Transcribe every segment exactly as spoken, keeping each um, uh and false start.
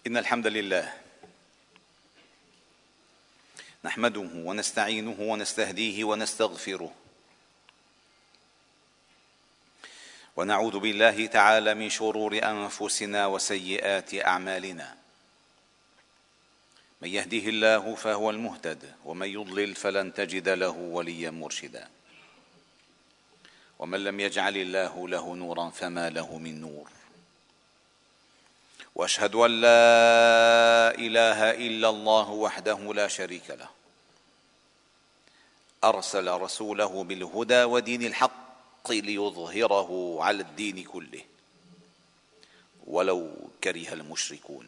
إن الحمد لله نحمده ونستعينه ونستهديه ونستغفره، ونعوذ بالله تعالى من شرور أنفسنا وسيئات أعمالنا. من يهده الله فهو المهتد، ومن يضلل فلن تجد له وليا مرشدا. ومن لم يجعل الله له نورا فما له من نور. واشهد ان لا اله الا الله وحده لا شريك له، ارسل رسوله بالهدى ودين الحق ليظهره على الدين كله ولو كره المشركون.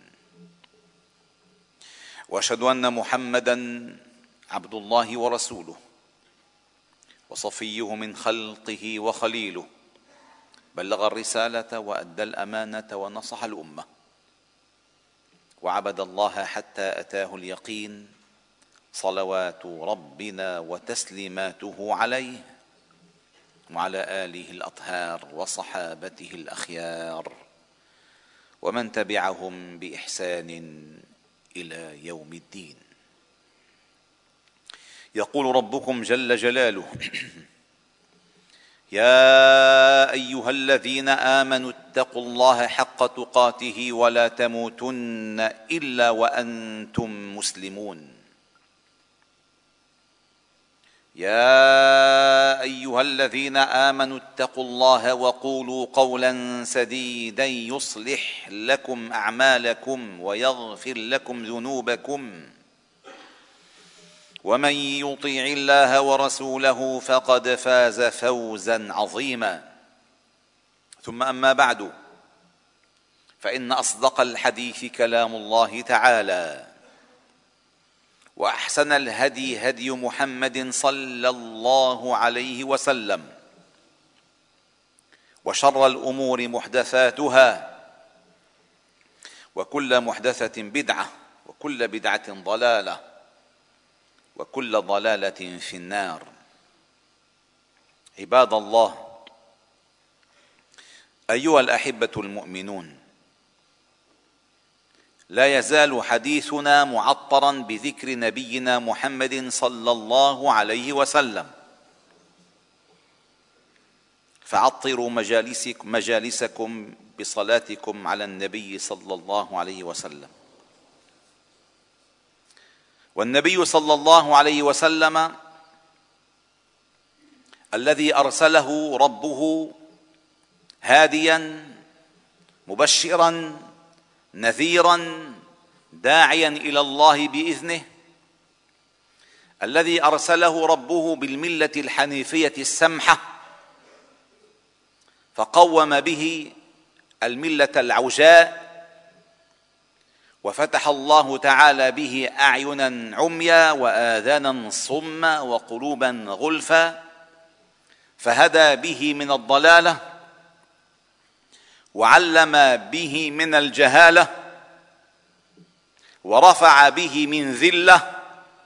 واشهد ان محمدا عبد الله ورسوله وصفيه من خلقه وخليله، بلغ الرسالة وأدى الأمانة ونصح الأمة، وعبد الله حتى أتاه اليقين، صلوات ربنا وتسليماته عليه وعلى آله الأطهار وصحابته الأخيار ومن تبعهم بإحسان إلى يوم الدين. يقول ربكم جل جلاله: يا أيها الذين آمنوا اتقوا الله حق تقاته ولا تموتن إلا وأنتم مسلمون. يا أيها الذين آمنوا اتقوا الله وقولوا قولا سديدا يصلح لكم أعمالكم ويغفر لكم ذنوبكم، ومن يطع الله ورسوله فقد فاز فوزا عظيما. ثم أما بعد، فإن أصدق الحديث كلام الله تعالى، وأحسن الهدي هدي محمد صلى الله عليه وسلم، وشر الأمور محدثاتها، وكل محدثة بدعة، وكل بدعة ضلالة، وكل ضلالة في النار. عباد الله، أيها الأحبة المؤمنون، لا يزال حديثنا معطرا بذكر نبينا محمد صلى الله عليه وسلم، فعطروا مجالسكم, مجالسكم بصلاتكم على النبي صلى الله عليه وسلم. والنبي صلى الله عليه وسلم الذي أرسله ربه هاديا مبشرا نذيرا داعيا إلى الله بإذنه، الذي أرسله ربه بالملة الحنيفية السمحة، فقوم به الملة العوجاء، وفتح الله تعالى به أعينا عميا وآذانا صما وقلوبا غلفا، فهدى به من الضلالة، وعلم به من الجهالة، ورفع به من ذلة،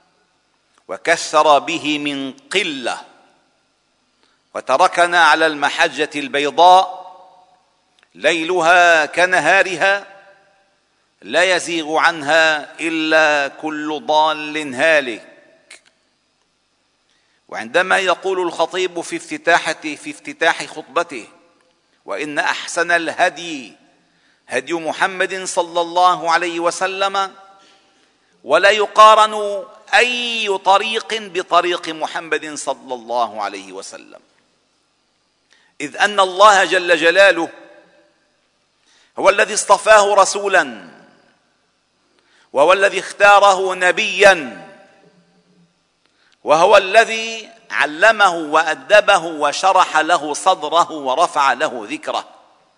وكسر به من قلة، وتركنا على المحجة البيضاء ليلها كنهارها، لا يزيغ عنها إلا كل ضال هالك. وعندما يقول الخطيب في افتتاح في افتتاح خطبته: وإن أحسن الهدي هدي محمد صلى الله عليه وسلم، ولا يقارن أي طريق بطريق محمد صلى الله عليه وسلم، إذ أن الله جل جلاله هو الذي اصطفاه رسولا، وهو الذي اختاره نبيا، وهو الذي علمه وأدبه وشرح له صدره ورفع له ذكره،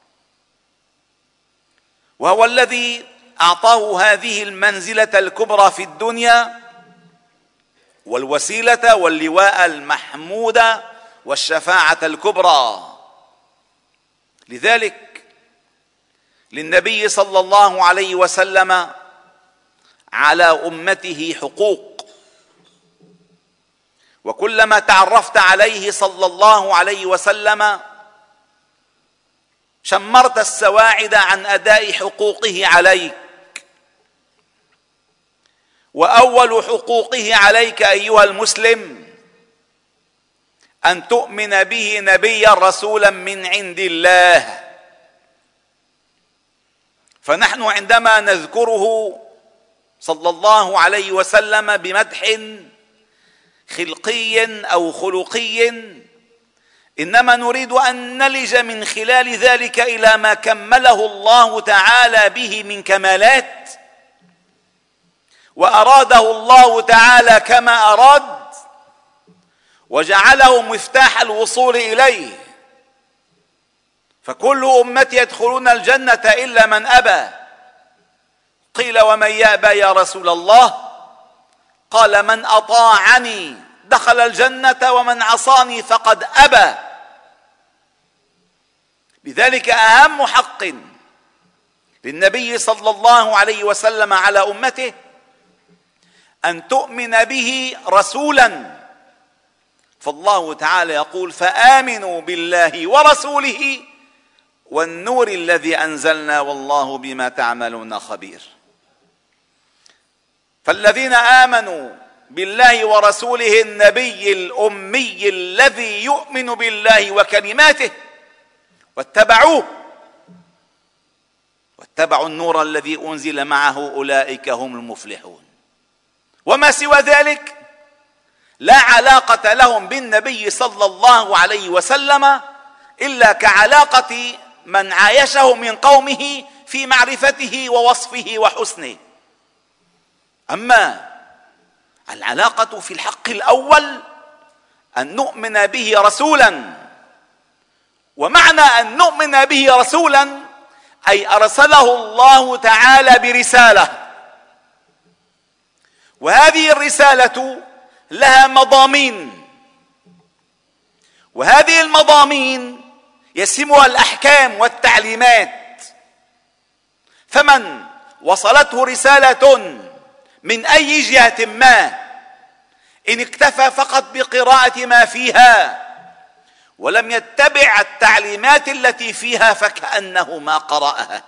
وهو الذي أعطاه هذه المنزلة الكبرى في الدنيا، والوسيلة واللواء المحمود والشفاعة الكبرى. لذلك للنبي صلى الله عليه وسلم على أمته حقوق، وكلما تعرفت عليه صلى الله عليه وسلم شمرت السواعد عن أداء حقوقه عليك، وأول حقوقه عليك أيها المسلم أن تؤمن به نبيا رسولا من عند الله. فنحن عندما نذكره صلى الله عليه وسلم بمدح خلقي أو خلقي، إنما نريد أن نلج من خلال ذلك إلى ما كمله الله تعالى به من كمالات، وأراده الله تعالى كما أراد، وجعله مفتاح الوصول إليه. فكل أمتي يدخلون الجنة إلا من أبى. قيل ومن يأبى يا رسول الله؟ قال من أطاعني دخل الجنة ومن عصاني فقد أبى. لذلك أهم حق للنبي صلى الله عليه وسلم على أمته أن تؤمن به رسولا. فالله تعالى يقول فآمنوا بالله ورسوله والنور الذي أنزلنا والله بما تعملون خبير. فالذين آمنوا بالله ورسوله النبي الأمي الذي يؤمن بالله وكلماته واتبعوه واتبعوا النور الذي أنزل معه أولئك هم المفلحون. وما سوى ذلك لا علاقة لهم بالنبي صلى الله عليه وسلم إلا كعلاقة من عايشه من قومه في معرفته ووصفه وحسنه. أما العلاقة في الحق الأول أن نؤمن به رسولا. ومعنى أن نؤمن به رسولا أي أرسله الله تعالى برسالة، وهذه الرسالة لها مضامين، وهذه المضامين يسمها الأحكام والتعليمات. فمن وصلته رسالة من أي جهة ما إن اكتفى فقط بقراءة ما فيها ولم يتبع التعليمات التي فيها فكأنه ما قرأها.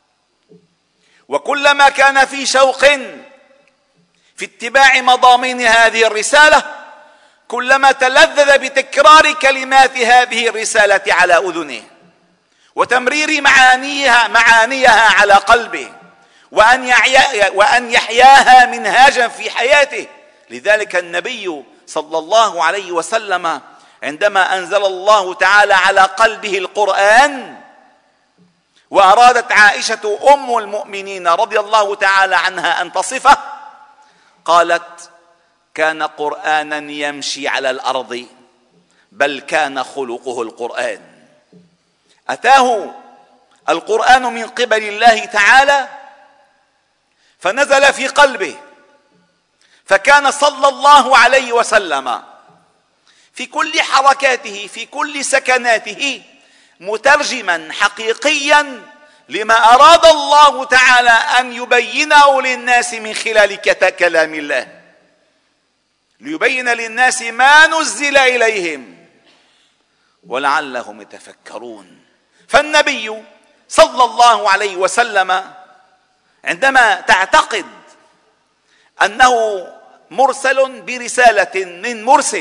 وكلما كان في شوق في اتباع مضامين هذه الرسالة كلما تلذذ بتكرار كلمات هذه الرسالة على أذنه وتمرير معانيها معانيها على قلبه وأن وأن يحياها منهاجا في حياته. لذلك النبي صلى الله عليه وسلم عندما أنزل الله تعالى على قلبه القرآن وأرادت عائشة أم المؤمنين رضي الله تعالى عنها أن تصفه قالت كان قرآنا يمشي على الأرض بل كان خلقه القرآن. أتاه القرآن من قبل الله تعالى فنزل في قلبه، فكان صلى الله عليه وسلم في كل حركاته في كل سكناته مترجما حقيقيا لما أراد الله تعالى أن يبينه للناس من خلال كلام الله، ليبين للناس ما نزل إليهم ولعلهم يتفكرون. فالنبي صلى الله عليه وسلم عندما تعتقد أنه مرسل برسالة من مرسل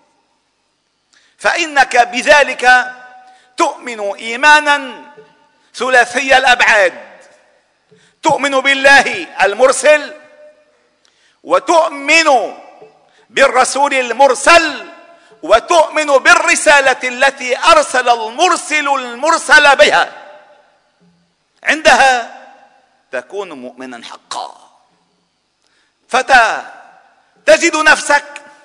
فإنك بذلك تؤمن إيمانا ثلاثي الأبعاد، تؤمن بالله المرسل وتؤمن بالرسول المرسل وتؤمن بالرسالة التي أرسل المرسل المرسل بها. عندها تكون مؤمنا حقا، فتجد نفسك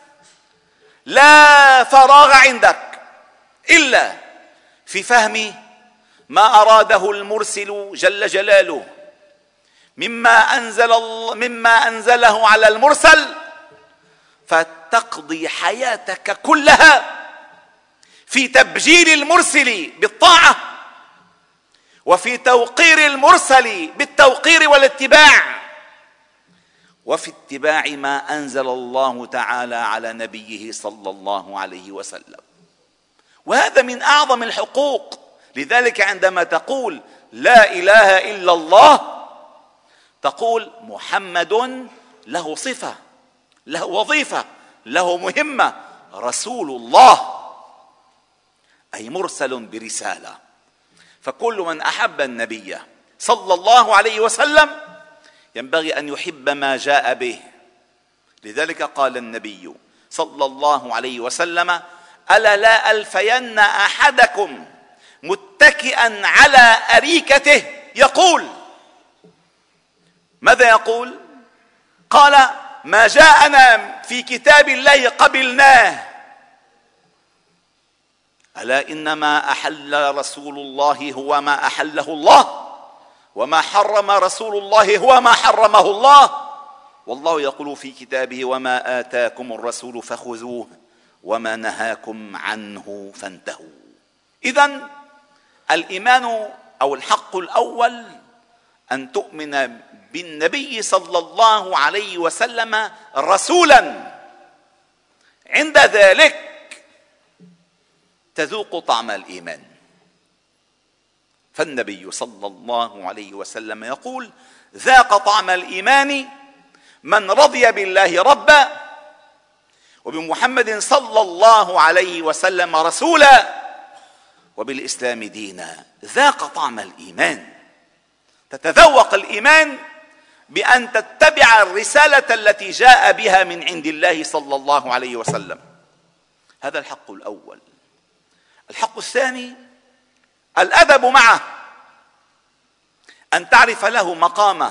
لا فراغ عندك إلا في فهم ما أراده المرسل جل جلاله مما أنزل مما أنزله على المرسل، فتقضي حياتك كلها في تبجيل المرسل بالطاعة وفي توقير المرسل بالتوقير والاتباع وفي اتباع ما أنزل الله تعالى على نبيه صلى الله عليه وسلم. وهذا من أعظم الحقوق. لذلك عندما تقول لا إله إلا الله تقول محمد له صفة، له وظيفة، له مهمة، رسول الله، أي مرسل برسالة. فكل من أحب النبي صلى الله عليه وسلم ينبغي أن يحب ما جاء به. لذلك قال النبي صلى الله عليه وسلم: ألا لا ألفين أحدكم متكئا على أريكته يقول. ماذا يقول؟ قال: ما جاءنا في كتاب الله قبلناه. ألا إنما أحل رسول الله هو ما أحله الله، وما حرم رسول الله هو ما حرمه الله. والله يقول في كتابه: وما آتاكم الرسول فخذوه وما نهاكم عنه فانتهوا. إذن الإيمان أو الحق الأول أن تؤمن بالنبي صلى الله عليه وسلم رسولا، عند ذلك تذوق طعم الإيمان. فالنبي صلى الله عليه وسلم يقول: ذاق طعم الإيمان من رضي بالله ربا وبمحمد صلى الله عليه وسلم رسولا وبالإسلام دينا. ذاق طعم الإيمان. تتذوق الإيمان بأن تتبع الرسالة التي جاء بها من عند الله صلى الله عليه وسلم. هذا الحق الأول. الحق الثاني الأدب معه، أن تعرف له مقامه،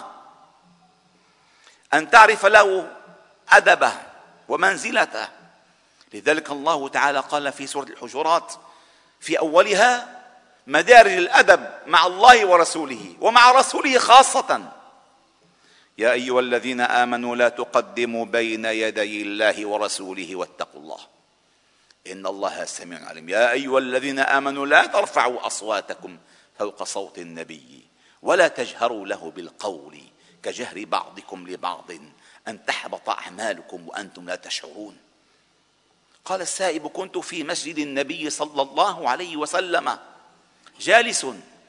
أن تعرف له أدبه ومنزلته. لذلك الله تعالى قال في سورة الحجرات في أولها: مدارج الأدب مع الله ورسوله، ومع رسوله خاصة: يا أيها الذين آمنوا لا تقدموا بين يدي الله ورسوله واتقوا الله إن الله سميع عليم. يا أيها الذين آمنوا لا ترفعوا أصواتكم فوق صوت النبي ولا تجهروا له بالقول كجهر بعضكم لبعض أن تحبط أعمالكم وأنتم لا تشعرون. قال السائب: كنت في مسجد النبي صلى الله عليه وسلم جالس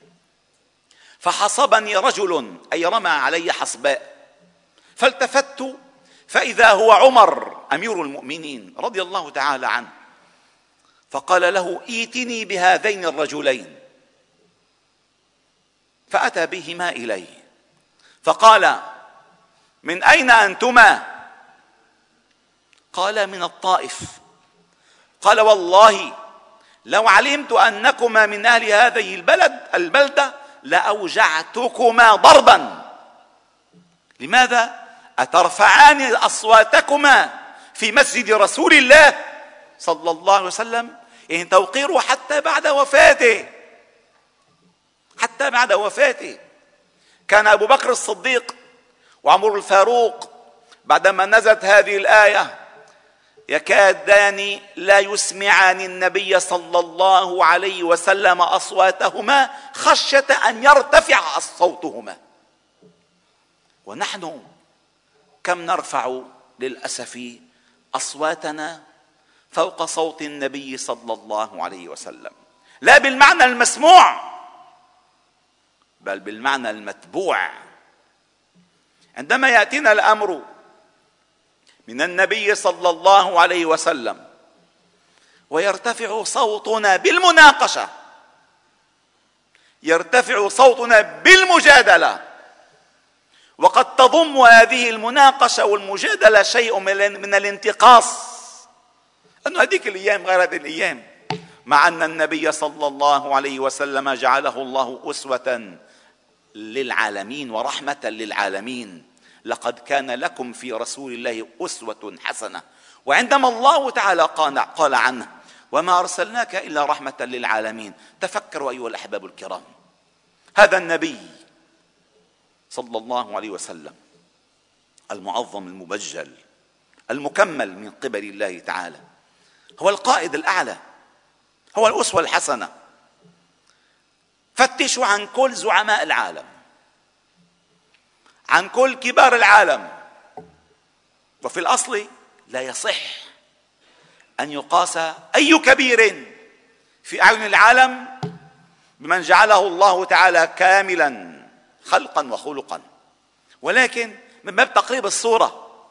فحصبني رجل، أي رمى علي حصباء، فالتفت فإذا هو عمر أمير المؤمنين رضي الله تعالى عنه، فقال له: ائتني بهذين الرجلين. فأتى بهما إليه فقال: من أين أنتما؟ قال: من الطائف. قال: والله لو علمت أنكما من أهل هذه البلد البلدة لأوجعتكما ضربا. لماذا؟ أترفعان أصواتكما في مسجد رسول الله صلى الله عليه وسلم؟ يعني توقيره حتى بعد وفاته، حتى بعد وفاته. كان أبو بكر الصديق وعمر الفاروق بعدما نزلت هذه الآية يكادان لا يسمعان النبي صلى الله عليه وسلم أصواتهما خشية أن يرتفع صوتهما. ونحن كم نرفع للأسف أصواتنا فوق صوت النبي صلى الله عليه وسلم، لا بالمعنى المسموع بل بالمعنى المتبوع. عندما يأتينا الأمر من النبي صلى الله عليه وسلم ويرتفع صوتنا بالمناقشة، يرتفع صوتنا بالمجادلة، وقد تضم هذه المناقشة والمجادلة شيء من الانتقاص، أنه هذيك الأيام غير هذه الأيام، مع أن النبي صلى الله عليه وسلم جعله الله أسوة للعالمين ورحمة للعالمين. لقد كان لكم في رسول الله أسوة حسنة. وعندما الله تعالى قال عنه: وما أرسلناك إلا رحمة للعالمين. تفكروا أيها الأحباب الكرام، هذا النبي صلى الله عليه وسلم المعظم المبجل المكمل من قبل الله تعالى، هو القائد الأعلى، هو الأسوة الحسنة. فتشوا عن كل زعماء العالم، عن كل كبار العالم، وفي الأصل لا يصح أن يقاس أي كبير في أعين العالم بمن جعله الله تعالى كاملا خلقا وخلقا. ولكن من باب تقريب الصورة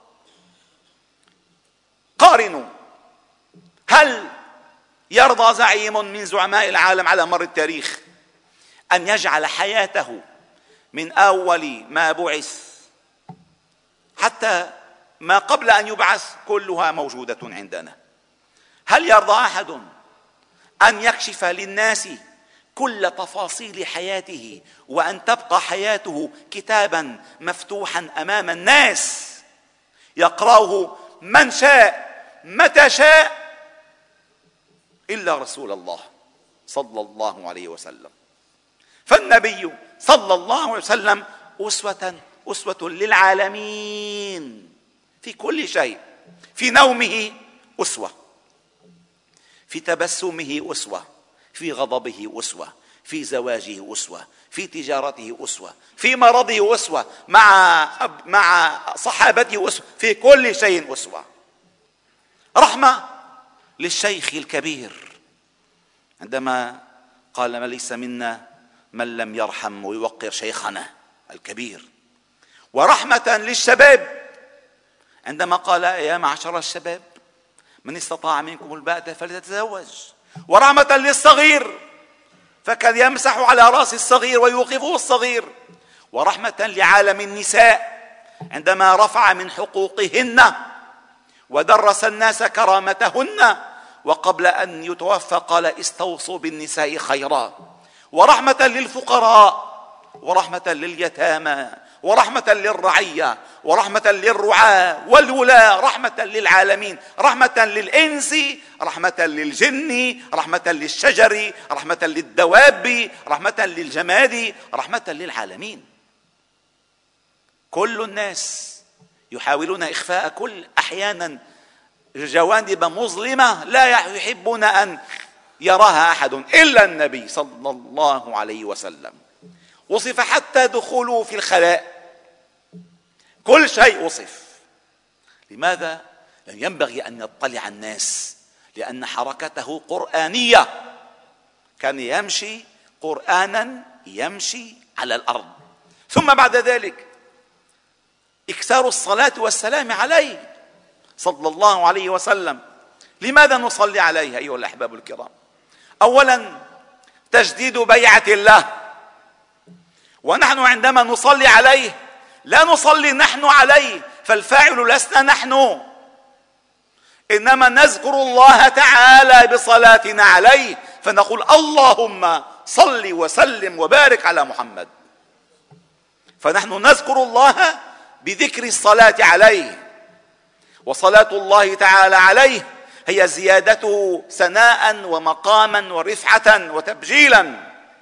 قارنوا، هل يرضى زعيم من زعماء العالم على مر التاريخ أن يجعل حياته من أول ما بعث حتى ما قبل أن يبعث كلها موجودة عندنا؟ هل يرضى أحد أن يكشف للناس كل تفاصيل حياته وأن تبقى حياته كتابا مفتوحا أمام الناس يقرأه من شاء متى شاء إلا رسول الله صلى الله عليه وسلم؟ فالنبي صلى الله عليه وسلم أسوة أسوة للعالمين في كل شيء، في نومه أسوة، في تبسمه أسوة، في غضبه أسوة، في زواجه أسوة، في تجارته أسوة، في مرضه أسوة، مع مع صحابته أسوة، في كل شيء أسوة. رحمة للشيخ الكبير عندما قال: ما ليس منا من لم يرحم ويوقر شيخنا الكبير. ورحمة للشباب عندما قال: يا معشر الشباب من استطاع منكم الباءة فليتزوج. ورحمة للصغير فكان يمسح على رأس الصغير ويوقفه الصغير. ورحمة لعالم النساء عندما رفع من حقوقهن ودرس الناس كرامتهن، وقبل أن يتوفى قال: استوصوا بالنساء خيرا. ورحمة للفقراء، ورحمة لليتامى، ورحمة للرعية، ورحمة للرعاة والولاة، رحمة للعالمين، رحمة للإنس، رحمة للجن، رحمة للشجر، رحمة للدواب، رحمة للجماد، رحمة للعالمين. كل الناس يحاولون إخفاء كل أحيانا جوانب مظلمة لا يحبون أن يراها أحد إلا النبي صلى الله عليه وسلم. وصف حتى دخوله في الخلاء، كل شيء وصف. لماذا؟ لأن ينبغي أن يطلع الناس، لأن حركته قرآنية، كان يمشي قرآنا يمشي على الأرض. ثم بعد ذلك إكثار الصلاة والسلام عليه صلى الله عليه وسلم. لماذا نصلي عليه أيها الأحباب الكرام؟ أولا تجديد بيعة الله، ونحن عندما نصلي عليه لا نصلي نحن عليه، فالفاعل لسنا نحن، إنما نذكر الله تعالى بصلاتنا عليه، فنقول: اللهم صل وسلم وبارك على محمد. فنحن نذكر الله بذكر الصلاة عليه، وصلاة الله تعالى عليه هي زيادته ثناء ومقاما ورفعة وتبجيلا.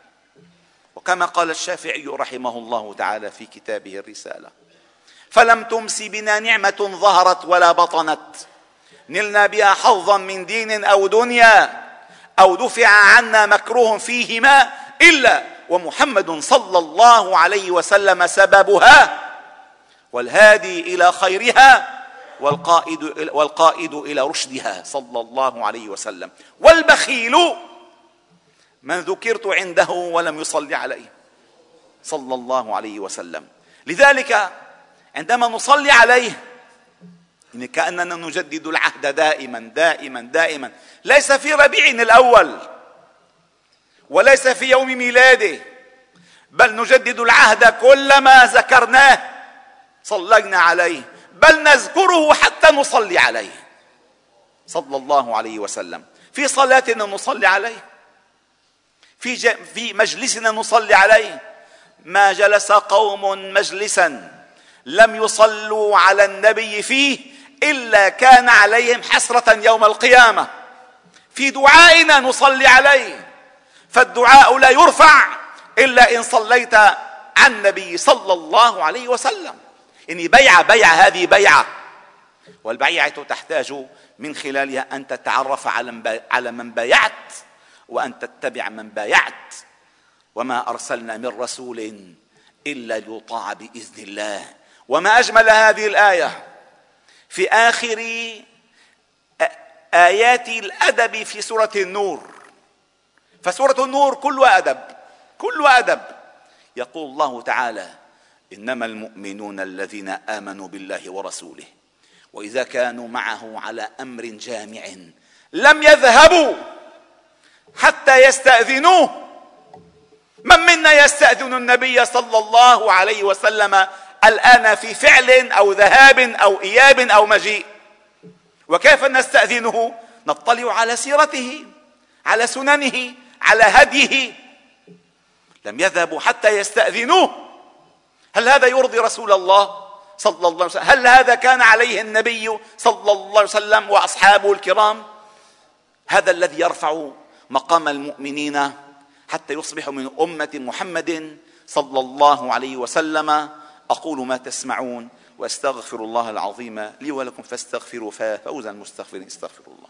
وكما قال الشافعي رحمه الله تعالى في كتابه الرسالة: فلم تمس بنا نعمة ظهرت ولا بطنت، نلنا بها حظا من دين أو دنيا، أو دفع عنا مكروه فيهما، إلا ومحمد صلى الله عليه وسلم سببها، والهادي إلى خيرها، والقائد والقائد إلى رشدها صلى الله عليه وسلم. والبخيل من ذكرت عنده ولم يصلي عليه صلى الله عليه وسلم. لذلك عندما نصلي عليه إن كأننا نجدد العهد دائما دائما دائما، ليس في ربيع الأول وليس في يوم ميلاده، بل نجدد العهد كلما ذكرناه صلينا عليه، بل نذكره حتى نصلي عليه صلى الله عليه وسلم. في صلاتنا نصلي عليه، في في مجلسنا نصلي عليه. ما جلس قوم مجلسا لم يصلوا على النبي فيه إلا كان عليهم حسرة يوم القيامة. في دعائنا نصلي عليه، فالدعاء لا يرفع إلا إن صليت على النبي صلى الله عليه وسلم. إن بيعة بيعة هذه بيعة، والبيعة تحتاج من خلالها أن تتعرف على من بايعت وأن تتبع من بايعت. وما أرسلنا من رسول إلا ليطاع بإذن الله. وما أجمل هذه الآية في آخر آيات الأدب في سورة النور. فسورة النور كلها أدب، كلها أدب. يقول الله تعالى: إنما المؤمنون الذين آمنوا بالله ورسوله وإذا كانوا معه على أمر جامع لم يذهبوا حتى يستأذنوه. من منا يستأذن النبي صلى الله عليه وسلم الآن في فعل أو ذهاب أو إياب أو مجيء؟ وكيف نستأذنه؟ نطلع على سيرته، على سننه، على هديه. لم يذهبوا حتى يستأذنوه. هل هذا يرضي رسول الله صلى الله عليه وسلم؟ هل هذا كان عليه النبي صلى الله عليه وسلم وأصحابه الكرام؟ هذا الذي يرفع مقام المؤمنين حتى يصبحوا من أمة محمد صلى الله عليه وسلم. أقول ما تسمعون وأستغفر الله العظيم لي ولكم فاستغفروا فوز المستغفرين. استغفر الله.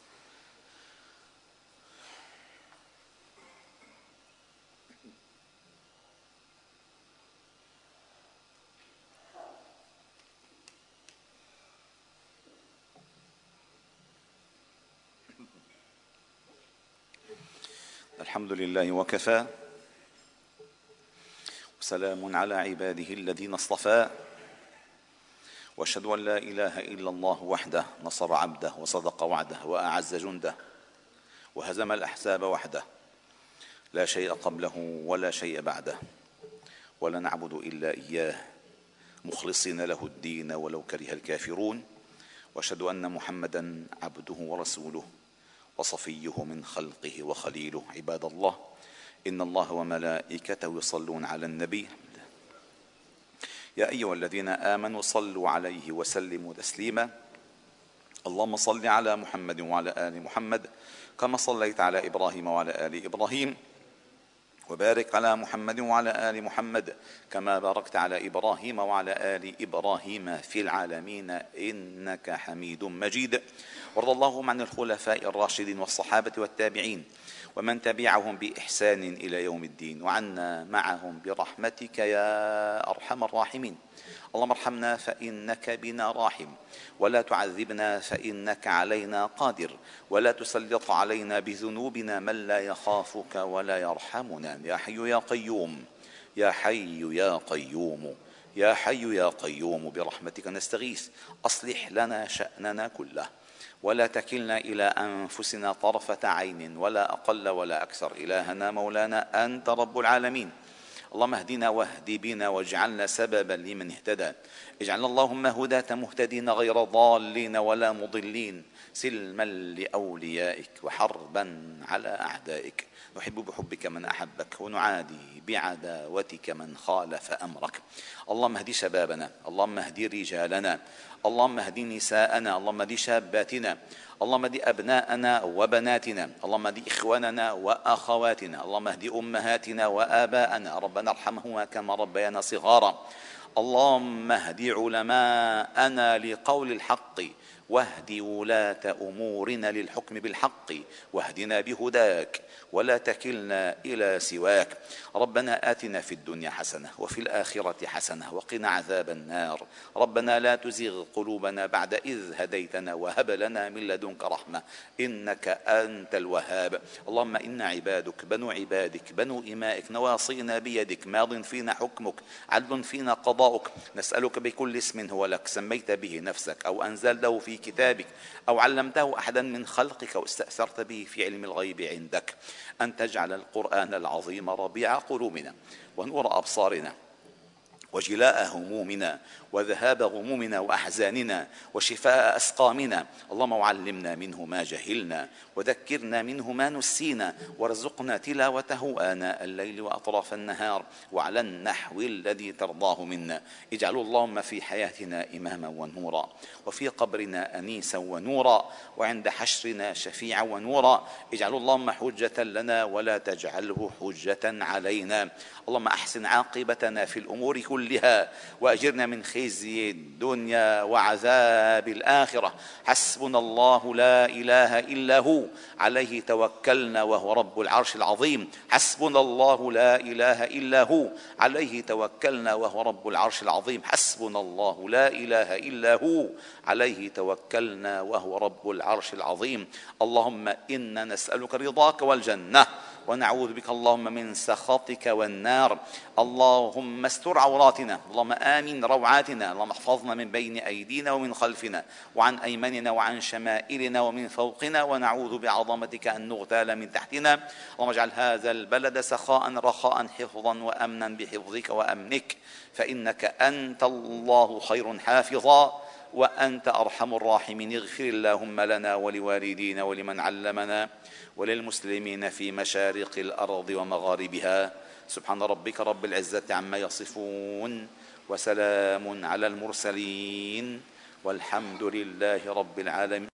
الحمد لله وكفى، وسلام على عباده الذين اصطفى، واشهد ان لا اله الا الله وحده نصر عبده وصدق وعده واعز جنده وهزم الاحزاب وحده، لا شيء قبله ولا شيء بعده، ولا نعبد الا اياه مخلصين له الدين ولو كره الكافرون. واشهد ان محمدا عبده ورسوله وصفيه من خلقه وخليله. عباد الله، إن الله وملائكته يصلون على النبي يا أيها الذين آمنوا صلوا عليه وسلموا تسليما. اللهم صل على محمد وعلى آل محمد كما صليت على إبراهيم وعلى آل إبراهيم، وبارك على محمد وعلى آل محمد كما باركت على إبراهيم وعلى آل إبراهيم في العالمين إنك حميد مجيد. وارض اللهم عن الخلفاء الراشدين والصحابة والتابعين ومن تبعهم بإحسان إلى يوم الدين، وعنا معهم برحمتك يا أرحم الراحمين. اللهم ارحمنا فإنك بنا راحم، ولا تعذبنا فإنك علينا قادر، ولا تسلط علينا بذنوبنا من لا يخافك ولا يرحمنا. يا حي يا قيوم، يا حي يا قيوم، يا حي يا قيوم، برحمتك نستغيث. أصلح لنا شأننا كله، ولا تكلنا إلى أنفسنا طرفة عين ولا أقل ولا أكثر. إلهنا مولانا أنت رب العالمين. اللهم اهدنا واهد بنا واجعلنا سببا لمن اهتدى. اجعلنا اللهم هداة مهتدين غير ضالين ولا مضلين، سلما لأوليائك وحربا على أعدائك. نحب بحبك من أحبك ونعادي بعداوتك من خالف أمرك. اللهم اهد شبابنا، اللهم اهد رجالنا، اللهم اهد نساءنا، اللهم اهد شاباتنا، اللهم اهد أبناءنا وبناتنا، اللهم اهد إخواننا وأخواتنا، اللهم اهد أمهاتنا وآباءنا، ربنا ارحمهما كما ربيانا صغارا. اللهم اهد علماءنا لقول الحق، واهد ولاة أمورنا للحكم بالحق، واهدنا بهداك ولا تكلنا إلى سواك. ربنا آتنا في الدنيا حسنة وفي الآخرة حسنة وقنا عذاب النار. ربنا لا تزغ قلوبنا بعد إذ هديتنا وهب لنا من لدنك رحمة إنك أنت الوهاب. اللهم إنا عبادك بنو عبادك بنو إمائك نواصينا بيدك ماض فينا حكمك عدل فينا قضاؤك. نسألك بكل اسم هو لك سميت به نفسك أو أنزلته في كتابك أو علمته أحدا من خلقك واستأثرت به في علم الغيب عندك أن تجعل القرآن العظيم ربيع قلوبنا ونور أبصارنا وجلاء همومنا وذهاب غمومنا وأحزاننا وشفاء أسقامنا. اللهم علمنا منه ما جهلنا وذكرنا منه ما نسينا، وارزقنا تلاوته آناء الليل وأطراف النهار وعلى النحو الذي ترضاه منا. اجعل اللهم في حياتنا إماما ونورا، وفي قبرنا أنيسا ونورا، وعند حشرنا شفيعا ونورا. اجعل اللهم حجة لنا ولا تجعله حجة علينا. اللهم أحسن عاقبتنا في الأمور كلها، وأجرنا من خزي الدنيا وعذاب الآخرة. حسبنا الله لا إله إلا هو عليه توكلنا وهو رب العرش العظيم. حسبنا الله لا إله إلا هو عليه توكلنا وهو رب العرش العظيم. حسبنا الله لا إله إلا هو عليه توكلنا وهو رب العرش العظيم. اللهم إنا نسألك رضاك والجنة ونعوذ بك اللهم من سخطك والنار. اللهم استر عوراتنا، اللهم آمن روعاتنا، اللهم احفظنا من بين أيدينا ومن خلفنا وعن أيماننا وعن شمائلنا ومن فوقنا، ونعوذ بعظمتك أن نغتال من تحتنا. اللهم اجعل هذا البلد سخاء رخاء حفظا وأمنا بحفظك وأمنك، فإنك أنت الله خير حافظا وأنت أرحم الراحمين. اغفر اللهم لنا ولوالدينا ولمن علمنا وللمسلمين في مشارق الأرض ومغاربها. سبحان ربك رب العزة عما يصفون وسلام على المرسلين والحمد لله رب العالمين.